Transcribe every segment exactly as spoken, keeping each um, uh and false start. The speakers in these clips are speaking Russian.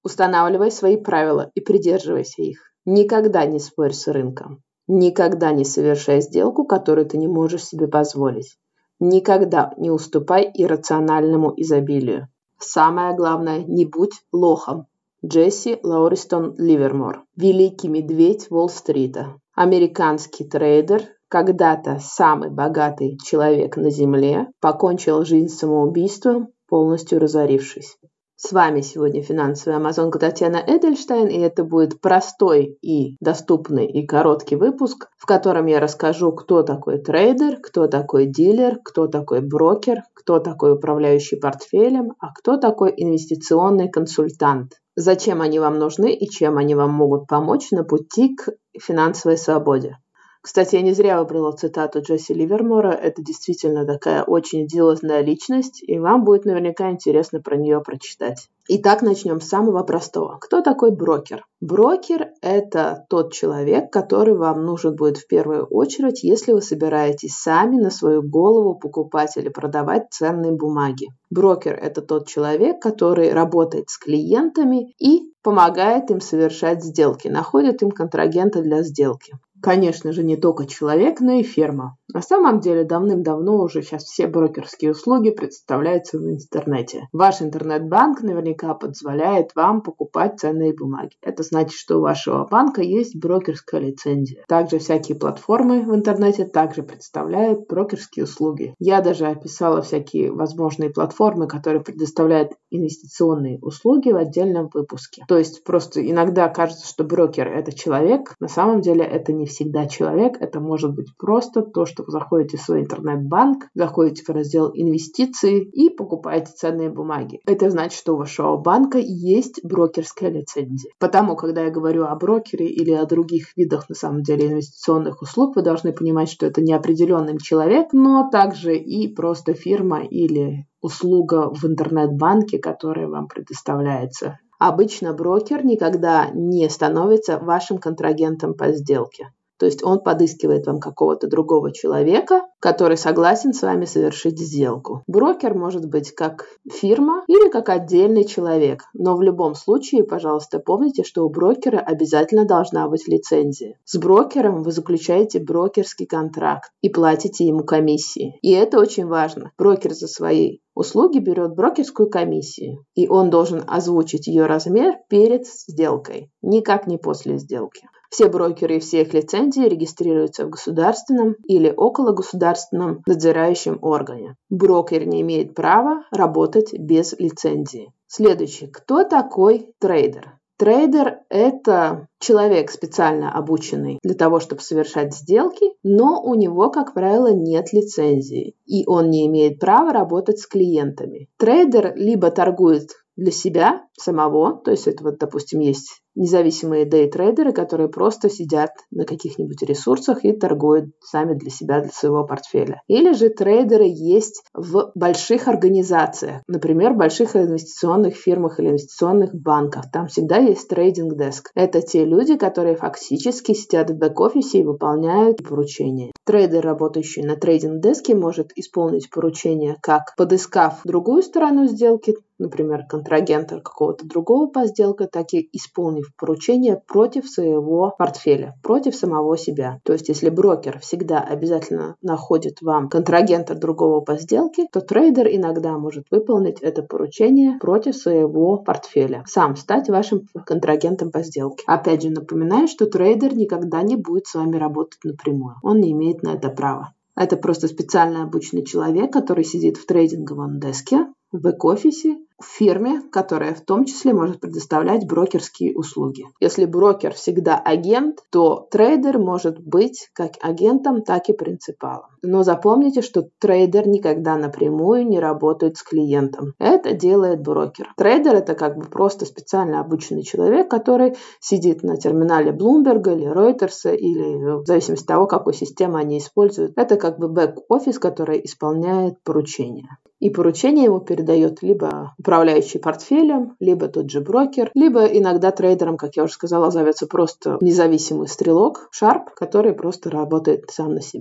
Устанавливай свои правила и придерживайся их. Никогда не спорь с рынком. Никогда не совершай сделку, которую ты не можешь себе позволить. Никогда не уступай иррациональному изобилию. Самое главное, не будь лохом. Джесси Лауристон Ливермор. Великий медведь Уолл-стрита. Американский трейдер, когда-то самый богатый человек на Земле, покончил жизнь самоубийством, полностью разорившись. С вами сегодня финансовая амазонка Татьяна Эдельштейн, и это будет простой и доступный и короткий выпуск, в котором я расскажу, кто такой трейдер, кто такой дилер, кто такой брокер, кто такой управляющий портфелем, а кто такой инвестиционный консультант. Зачем они вам нужны и чем они вам могут помочь на пути к финансовой свободе. Кстати, я не зря выбрала цитату Джесси Ливермора. Это действительно такая очень деловая личность, и вам будет наверняка интересно про нее прочитать. Итак, начнем с самого простого. Кто такой брокер? Брокер – это тот человек, который вам нужен будет в первую очередь, если вы собираетесь сами на свою голову покупать или продавать ценные бумаги. Брокер – это тот человек, который работает с клиентами и помогает им совершать сделки, находит им контрагента для сделки. Конечно же, не только человек, но и фирма. На самом деле, давным-давно уже сейчас все брокерские услуги представляются в интернете. Ваш интернет-банк наверняка позволяет вам покупать ценные бумаги. Это значит, что у вашего банка есть брокерская лицензия. Также всякие платформы в интернете также представляют брокерские услуги. Я даже описала всякие возможные платформы, которые предоставляют инвестиционные услуги в отдельном выпуске. То есть просто иногда кажется, что брокер – это человек. На самом деле это не всегда человек. Это может быть просто то, что вы заходите в свой интернет-банк, заходите в раздел инвестиции и покупаете ценные бумаги. Это значит, что у вашего банка есть брокерская лицензия. Потому, когда я говорю о брокере или о других видах, на самом деле, инвестиционных услуг, вы должны понимать, что это не определенный человек, но также и просто фирма или услуга в интернет-банке, которая вам предоставляется. Обычно брокер никогда не становится вашим контрагентом по сделке. То есть он подыскивает вам какого-то другого человека, который согласен с вами совершить сделку. Брокер может быть как фирма или как отдельный человек. Но в любом случае, пожалуйста, помните, что у брокера обязательно должна быть лицензия. С брокером вы заключаете брокерский контракт и платите ему комиссии. И это очень важно. Брокер за свои услуги берет брокерскую комиссию, и он должен озвучить ее размер перед сделкой, никак не после сделки. Все брокеры и все их лицензии регистрируются в государственном или окологосударственном надзирающем органе. Брокер не имеет права работать без лицензии. Следующий. Кто такой трейдер? Трейдер – это человек, специально обученный для того, чтобы совершать сделки, но у него, как правило, нет лицензии, и он не имеет права работать с клиентами. Трейдер либо торгует для себя самого, то есть это вот, допустим, есть независимые дейтрейдеры, которые просто сидят на каких-нибудь ресурсах и торгуют сами для себя, для своего портфеля. Или же трейдеры есть в больших организациях, например, больших инвестиционных фирмах или инвестиционных банках. Там всегда есть трейдинг-деск. Это те люди, которые фактически сидят в бэк-офисе и выполняют поручения. Трейдер, работающий на трейдинг-деске, может исполнить поручение, как подыскав другую сторону сделки, например, контрагента какого-то другого по сделке, так и исполнив поручение против своего портфеля, против самого себя. То есть, если брокер всегда обязательно находит вам контрагента другого по сделке, то трейдер иногда может выполнить это поручение против своего портфеля, сам стать вашим контрагентом по сделке. Опять же, напоминаю, что трейдер никогда не будет с вами работать напрямую. Он не имеет на это права. Это просто специально обученный человек, который сидит в трейдинговом деске, в бэк-офисе, в фирме, которая в том числе может предоставлять брокерские услуги. Если брокер всегда агент, то трейдер может быть как агентом, так и принципалом. Но запомните, что трейдер никогда напрямую не работает с клиентом. Это делает брокер. Трейдер – это как бы просто специально обученный человек, который сидит на терминале Bloomberg или Reuters, или в зависимости от того, какую систему они используют. Это как бы бэк-офис, который исполняет поручения. И поручение ему передает либо управляющий портфелем, либо тот же брокер, либо иногда трейдером, как я уже сказала, зовется просто независимый стрелок, шарп, который просто работает сам на себя.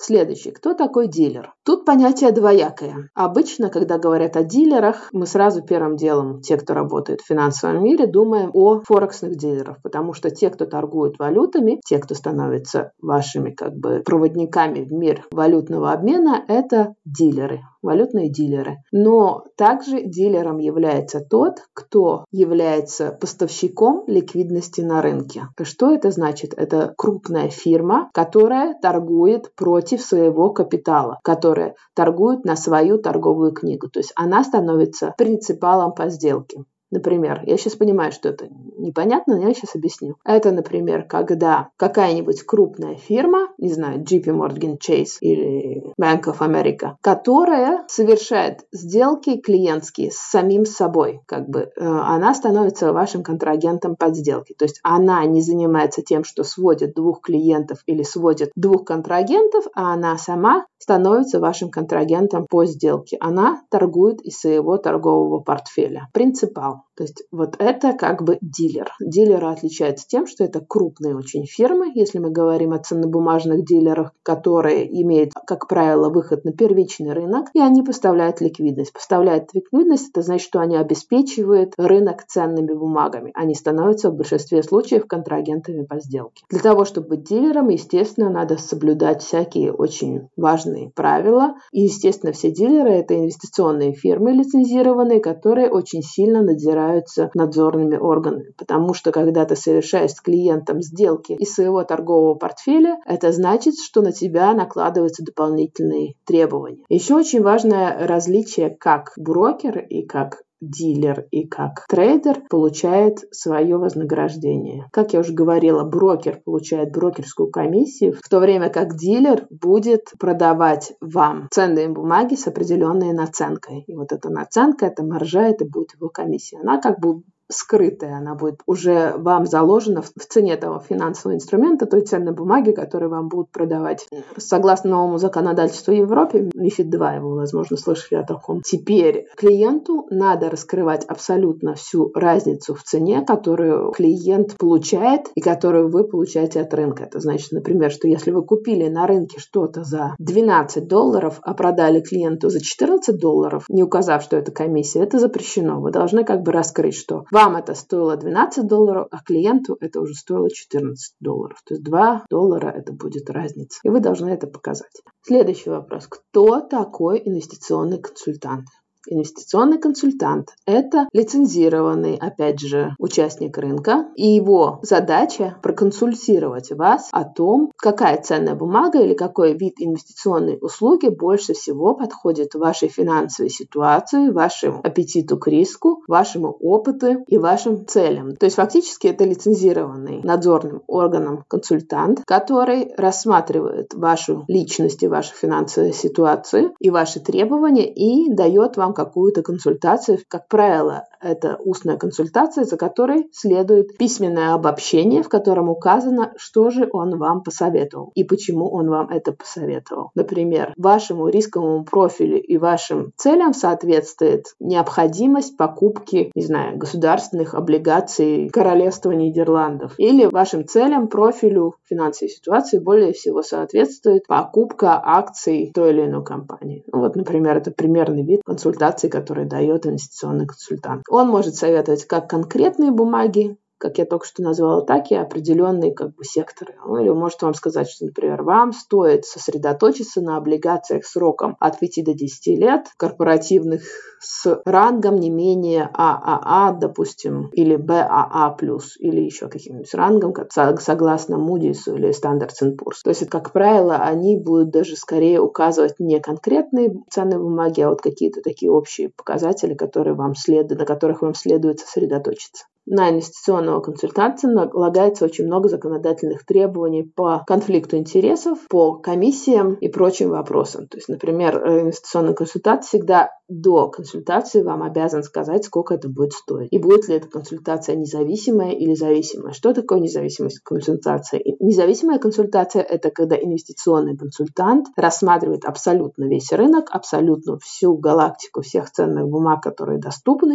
Следующий. Кто такой дилер? Тут понятие двоякое. Обычно, когда говорят о дилерах, мы сразу первым делом, те, кто работает в финансовом мире, думаем о форексных дилерах, потому что те, кто торгует валютами, те, кто становятся вашими как бы проводниками в мир валютного обмена, это дилеры. Валютные дилеры. Но также дилером является тот, кто является поставщиком ликвидности на рынке. Что это значит? Это крупная фирма, которая торгует против своего капитала, которая торгует на свою торговую книгу. То есть она становится принципалом по сделке. Например, я сейчас понимаю, что это непонятно, но я сейчас объясню. Это, например, когда какая-нибудь крупная фирма, не знаю, джей пи Morgan Chase или Bank of America, которая совершает сделки клиентские с самим собой, как бы э, она становится вашим контрагентом под сделки. То есть она не занимается тем, что сводит двух клиентов или сводит двух контрагентов, а она сама становится вашим контрагентом по сделке. Она торгует из своего торгового портфеля. Принципал. То есть вот это как бы дилер. Дилеры отличаются тем, что это крупные очень фирмы, если мы говорим о ценнобумажных дилерах, которые имеют, как правило, выход на первичный рынок, и они поставляют ликвидность. Поставляют ликвидность, это значит, что они обеспечивают рынок ценными бумагами. Они становятся в большинстве случаев контрагентами по сделке. Для того, чтобы быть дилером, естественно, надо соблюдать всякие очень важные правила. И, естественно, все дилеры – это инвестиционные фирмы лицензированные, которые очень сильно надзираются надзорными органами. Потому что, когда ты совершаешь с клиентом сделки из своего торгового портфеля, это значит, что на тебя накладываются дополнительные требования. Еще очень важное различие, как брокер и как дилер и как трейдер получает свое вознаграждение. Как я уже говорила, брокер получает брокерскую комиссию, в то время как дилер будет продавать вам ценные бумаги с определенной наценкой. И вот эта наценка, эта маржа, это будет его комиссия. Она как бы скрытая, она будет уже вам заложена в цене этого финансового инструмента, той ценной бумаги, которую вам будут продавать. Согласно новому законодательству в Европе, мифид два, вы, возможно, слышали о таком, теперь клиенту надо раскрывать абсолютно всю разницу в цене, которую клиент получает и которую вы получаете от рынка. Это значит, например, что если вы купили на рынке что-то за двенадцать долларов, а продали клиенту за четырнадцать долларов, не указав, что это комиссия, это запрещено. Вы должны как бы раскрыть, что вам это стоило двенадцать долларов, а клиенту это уже стоило четырнадцать долларов. То есть два доллара это будет разница. И вы должны это показать. Следующий вопрос. Кто такой инвестиционный консультант? Инвестиционный консультант – это лицензированный, опять же, участник рынка, и его задача – проконсультировать вас о том, какая ценная бумага или какой вид инвестиционной услуги больше всего подходит вашей финансовой ситуации, вашему аппетиту к риску, вашему опыту и вашим целям. То есть фактически это лицензированный надзорным органом консультант, который рассматривает вашу личность и вашу финансовую ситуацию и ваши требования и дает вам какую-то консультацию. Как правило, это устная консультация, за которой следует письменное обобщение, в котором указано, что же он вам посоветовал и почему он вам это посоветовал. Например, вашему рисковому профилю и вашим целям соответствует необходимость покупки, не знаю, государственных облигаций Королевства Нидерландов. Или вашим целям, профилю финансовой ситуации более всего соответствует покупка акций той или иной компании. Ну, вот, например, это примерный вид консультации, который дает инвестиционный консультант. Он может советовать как конкретные бумаги, как я только что назвала, так и определенные как бы секторы. Ну, или может вам сказать, что, например, вам стоит сосредоточиться на облигациях сроком от пяти до десяти лет, корпоративных с рангом не менее а а а, допустим, или бэ а а плюс, или еще каким-нибудь рангом, как согласно Moody's или Standard энд Poor's. То есть, как правило, они будут даже скорее указывать не конкретные ценные бумаги, а вот какие-то такие общие показатели, которые вам следует, на которых вам следует сосредоточиться. На инвестиционного консультанта налагается очень много законодательных требований по конфликту интересов, по комиссиям и прочим вопросам. То есть, например, инвестиционный консультант всегда до консультации вам обязан сказать, сколько это будет стоить. И будет ли эта консультация независимая или зависимая. Что такое независимость консультации? Независимая консультация – это когда инвестиционный консультант рассматривает абсолютно весь рынок, абсолютно всю галактику всех ценных бумаг, которые доступны,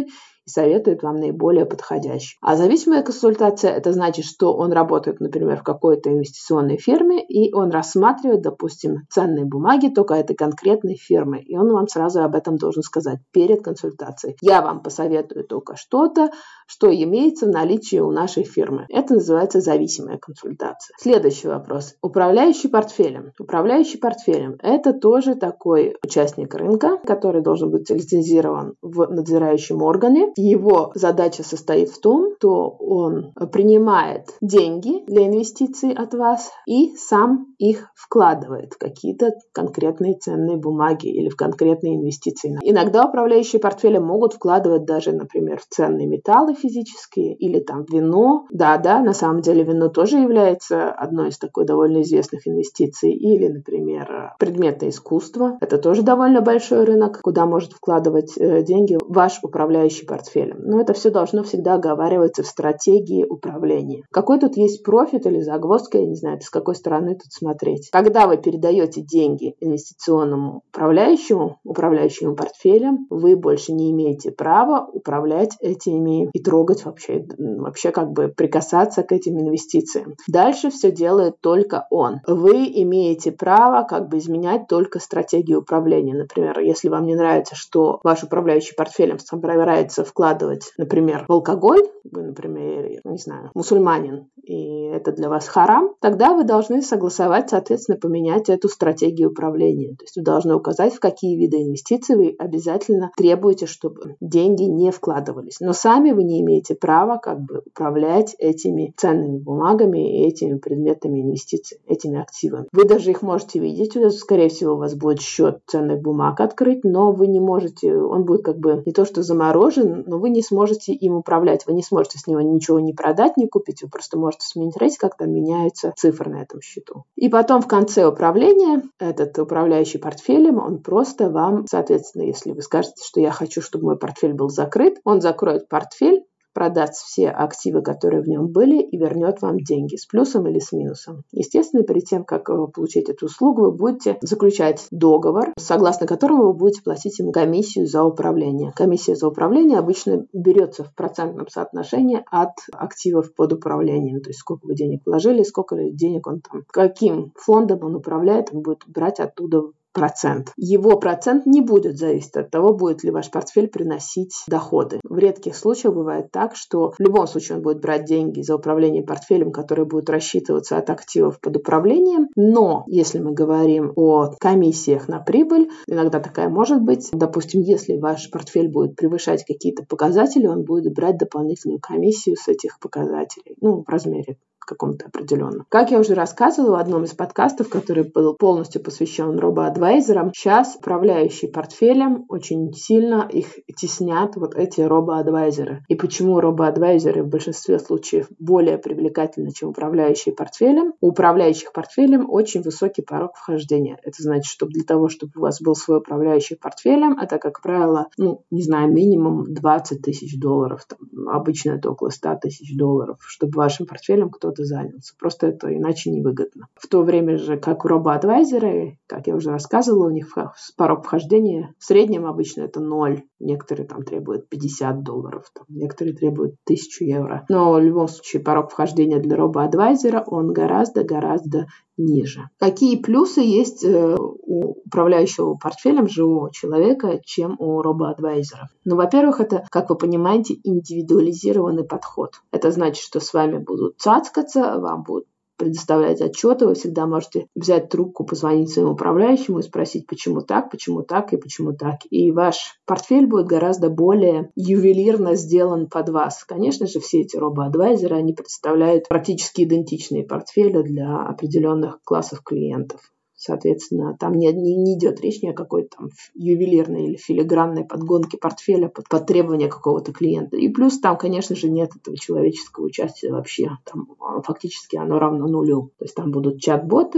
и советует вам наиболее подходящий. А зависимая консультация – это значит, что он работает, например, в какой-то инвестиционной фирме, и он рассматривает, допустим, ценные бумаги только этой конкретной фирмы, и он вам сразу об этом должен сказать перед консультацией. Я вам посоветую только что-то, что имеется в наличии у нашей фирмы. Это называется зависимая консультация. Следующий вопрос. Управляющий портфелем. Управляющий портфелем – это тоже такой участник рынка, который должен быть лицензирован в надзирающем органе. Его задача состоит в том, что он принимает деньги для инвестиций от вас и сам их вкладывает в какие-то конкретные ценные бумаги или в конкретные инвестиции. Иногда управляющие портфелем могут вкладывать даже, например, в ценные металлы физические или там вино. Да-да, на самом деле вино тоже является одной из такой довольно известных инвестиций. Или, например, предметное искусство. Это тоже довольно большой рынок, куда может вкладывать э, деньги ваш управляющий портфелем. Но это все должно всегда оговариваться в стратегии управления. Какой тут есть профит или загвоздка, я не знаю, с какой стороны тут смотреть. Когда вы передаете деньги инвестиционному управляющему, управляющему портфелем, вы больше не имеете права управлять этими и трогать вообще, вообще как бы прикасаться к этим инвестициям. Дальше все делает только он. Вы имеете право как бы изменять только стратегию управления. Например, если вам не нравится, что ваш управляющий портфелем собирается вкладывать, например, в алкоголь, вы, например, не знаю, мусульманин, и это для вас харам, тогда вы должны согласовать, соответственно, поменять эту стратегию управления. То есть вы должны указать, в какие виды инвестиций вы обязательно требуете, чтобы деньги не вкладывались. Но сами вы не имеете права как бы управлять этими ценными бумагами и этими предметами инвестиций, этими активами. Вы даже их можете видеть, скорее всего, у вас будет счет ценных бумаг открыть, но вы не можете, он будет как бы не то что заморожен, но вы не сможете им управлять, вы не сможете с него ничего не продать, не купить, вы просто можете смотреть, как там меняются цифры на этом счету. И потом в конце управления этот управляющий портфелем, он просто вам, соответственно, если вы скажете, что я хочу, чтобы мой портфель был закрыт, он закроет портфель, продаст все активы, которые в нем были, и вернет вам деньги с плюсом или с минусом. Естественно, перед тем, как получить эту услугу, вы будете заключать договор, согласно которому вы будете платить ему комиссию за управление. Комиссия за управление обычно берется в процентном соотношении от активов под управлением. То есть сколько вы денег вложили, сколько денег он там, каким фондом он управляет, он будет брать оттуда процент. Его процент не будет зависеть от того, будет ли ваш портфель приносить доходы. В редких случаях бывает так, что в любом случае он будет брать деньги за управление портфелем, которые будут рассчитываться от активов под управлением. Но если мы говорим о комиссиях на прибыль, иногда такая может быть. Допустим, если ваш портфель будет превышать какие-то показатели, он будет брать дополнительную комиссию с этих показателей, ну, в размере каком-то определенном. Как я уже рассказывала в одном из подкастов, который был полностью посвящен робо-адвайзерам, сейчас управляющие портфелем очень сильно их теснят вот эти робо-адвайзеры. И почему робо-адвайзеры в большинстве случаев более привлекательны, чем управляющие портфелем? У управляющих портфелем очень высокий порог вхождения. Это значит, что для того, чтобы у вас был свой управляющий портфелем, это, как правило, ну, не знаю, минимум двадцать тысяч долларов. Там, обычно это около сто тысяч долларов, чтобы вашим портфелем кто-то занялся. Просто это иначе невыгодно. В то время же, как у робо-адвайзеры, как я уже рассказывала, у них порог вхождения в среднем обычно это ноль. Некоторые там требуют пятьдесят долларов, там, некоторые требуют тысячу евро. Но в любом случае порог вхождения для робо-адвайзера он гораздо-гораздо ниже. Какие плюсы есть у управляющего портфелем живого человека, чем у робо-адвайзеров? Ну, во-первых, это, как вы понимаете, индивидуализированный подход. Это значит, что с вами будут цацкаться, вам будут предоставлять отчеты, вы всегда можете взять трубку, позвонить своему управляющему и спросить, почему так, почему так и почему так. И ваш портфель будет гораздо более ювелирно сделан под вас. Конечно же, все эти робо-адвайзеры, они представляют практически идентичные портфели для определенных классов клиентов. Соответственно, там не, не, не идет речь ни о какой-то там ювелирной или филигранной подгонке портфеля под, под требования какого-то клиента. И плюс там, конечно же, нет этого человеческого участия вообще. Там фактически оно равно нулю. То есть там будут чат-боты,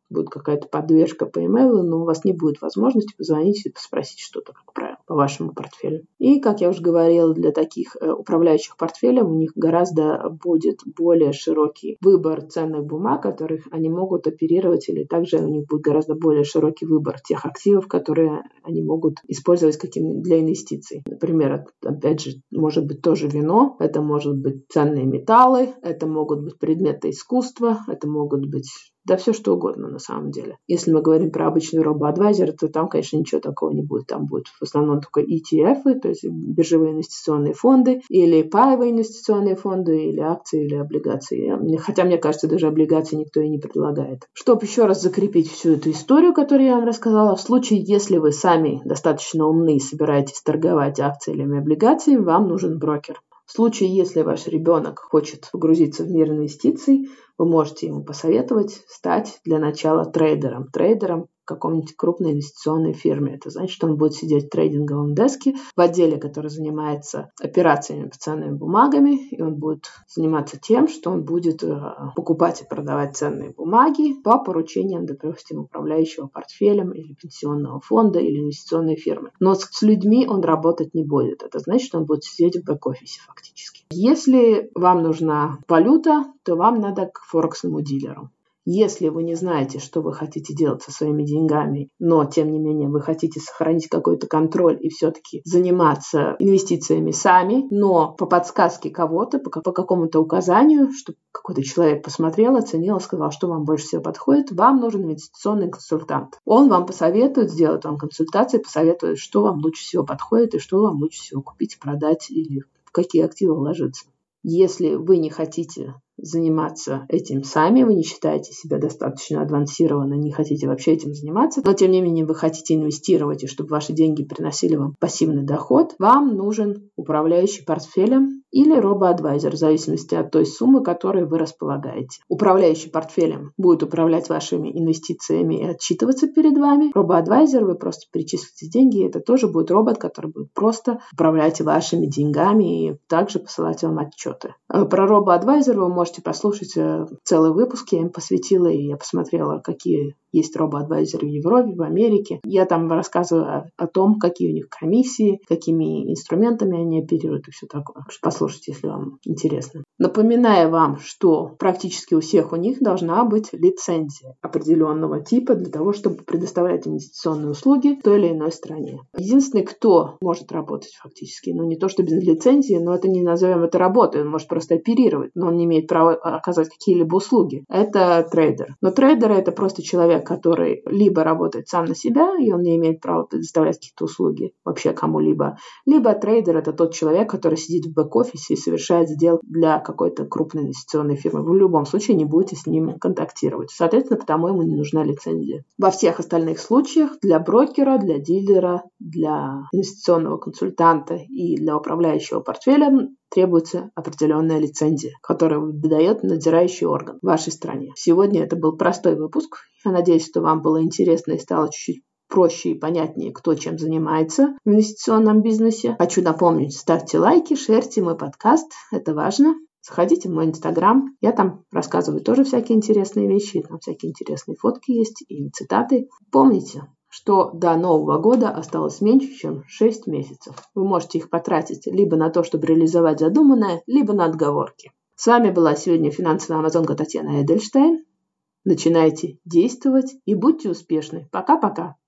будет какая-то поддержка по имейлу, но у вас не будет возможности позвонить и спросить что-то, как правило, по вашему портфелю. И, как я уже говорила, для таких управляющих портфелем у них гораздо будет более широкий выбор ценных бумаг, которых они могут оперировать, или также у них будет гораздо более широкий выбор тех активов, которые они могут использовать каким для инвестиций. Например, опять же, может быть тоже вино, это может быть ценные металлы, это могут быть предметы искусства, это могут быть да все что угодно на самом деле. Если мы говорим про обычный робо-адвайзер, то там, конечно, ничего такого не будет. Там будут в основном только и ти эф, то есть биржевые инвестиционные фонды, или паевые инвестиционные фонды, или акции, или облигации. Хотя, мне кажется, даже облигации никто и не предлагает. Чтобы еще раз закрепить всю эту историю, которую я вам рассказала, в случае, если вы сами достаточно умны и собираетесь торговать акциями или облигациями, вам нужен брокер. В случае, если ваш ребенок хочет погрузиться в мир инвестиций, вы можете ему посоветовать стать для начала трейдером. Трейдером в каком-нибудь крупной инвестиционной фирме. Это значит, что он будет сидеть в трейдинговом деске в отделе, который занимается операциями по ценными бумагами, и он будет заниматься тем, что он будет покупать и продавать ценные бумаги по поручениям, допустим, управляющего портфелем или пенсионного фонда или инвестиционной фирмы. Но с людьми он работать не будет. Это значит, что он будет сидеть в бэк-офисе фактически. Если вам нужна валюта, то вам надо к форексному дилеру. Если вы не знаете, что вы хотите делать со своими деньгами, но, тем не менее, вы хотите сохранить какой-то контроль и все-таки заниматься инвестициями сами, но по подсказке кого-то, по, по какому-то указанию, чтобы какой-то человек посмотрел, оценил, сказал, что вам больше всего подходит, вам нужен инвестиционный консультант. Он вам посоветует, сделает вам консультации, посоветует, что вам лучше всего подходит и что вам лучше всего купить, продать или в какие активы вложиться. Если вы не хотите заниматься этим сами, вы не считаете себя достаточно адвансированно, не хотите вообще этим заниматься, но тем не менее вы хотите инвестировать, и чтобы ваши деньги приносили вам пассивный доход, вам нужен управляющий портфелем или робо-адвайзер, в зависимости от той суммы, которой вы располагаете. Управляющий портфелем будет управлять вашими инвестициями и отчитываться перед вами. Робо-адвайзер, вы просто перечислите деньги, это тоже будет робот, который будет просто управлять вашими деньгами и также посылать вам отчеты. Про робо-адвайзера вы можете послушать целый выпуск, я им посвятила, и я посмотрела, какие есть робо-адвайзеры в Европе, в Америке. Я там рассказываю о, о том, какие у них комиссии, какими инструментами они оперируют и все такое. Послушайте, если вам интересно. Напоминаю вам, что практически у всех у них должна быть лицензия определенного типа для того, чтобы предоставлять инвестиционные услуги в той или иной стране. Единственный, кто может работать фактически, ну не то что без лицензии, но это не назовем это работой, он может просто оперировать, но он не имеет права оказывать какие-либо услуги. Это трейдер. Но трейдер — это просто человек, который либо работает сам на себя, и он не имеет права предоставлять какие-то услуги вообще кому-либо, либо трейдер — это тот человек, который сидит в бэк-офисе и совершает сделки для какой-то крупной инвестиционной фирмы. Вы в любом случае не будете с ним контактировать. Соответственно, потому ему не нужна лицензия. Во всех остальных случаях для брокера, для дилера, для инвестиционного консультанта и для управляющего портфелем требуется определенная лицензия, которую выдает надзирающий орган в вашей стране. Сегодня это был простой выпуск. Я надеюсь, что вам было интересно и стало чуть-чуть проще и понятнее, кто чем занимается в инвестиционном бизнесе. Хочу напомнить, ставьте лайки, шерьте мой подкаст, это важно. Заходите в мой инстаграм, я там рассказываю тоже всякие интересные вещи, там всякие интересные фотки есть и цитаты. Помните, что до Нового года осталось меньше, чем шесть месяцев. Вы можете их потратить либо на то, чтобы реализовать задуманное, либо на отговорки. С вами была сегодня финансовая амазонка Татьяна Эдельштейн. Начинайте действовать и будьте успешны. Пока-пока.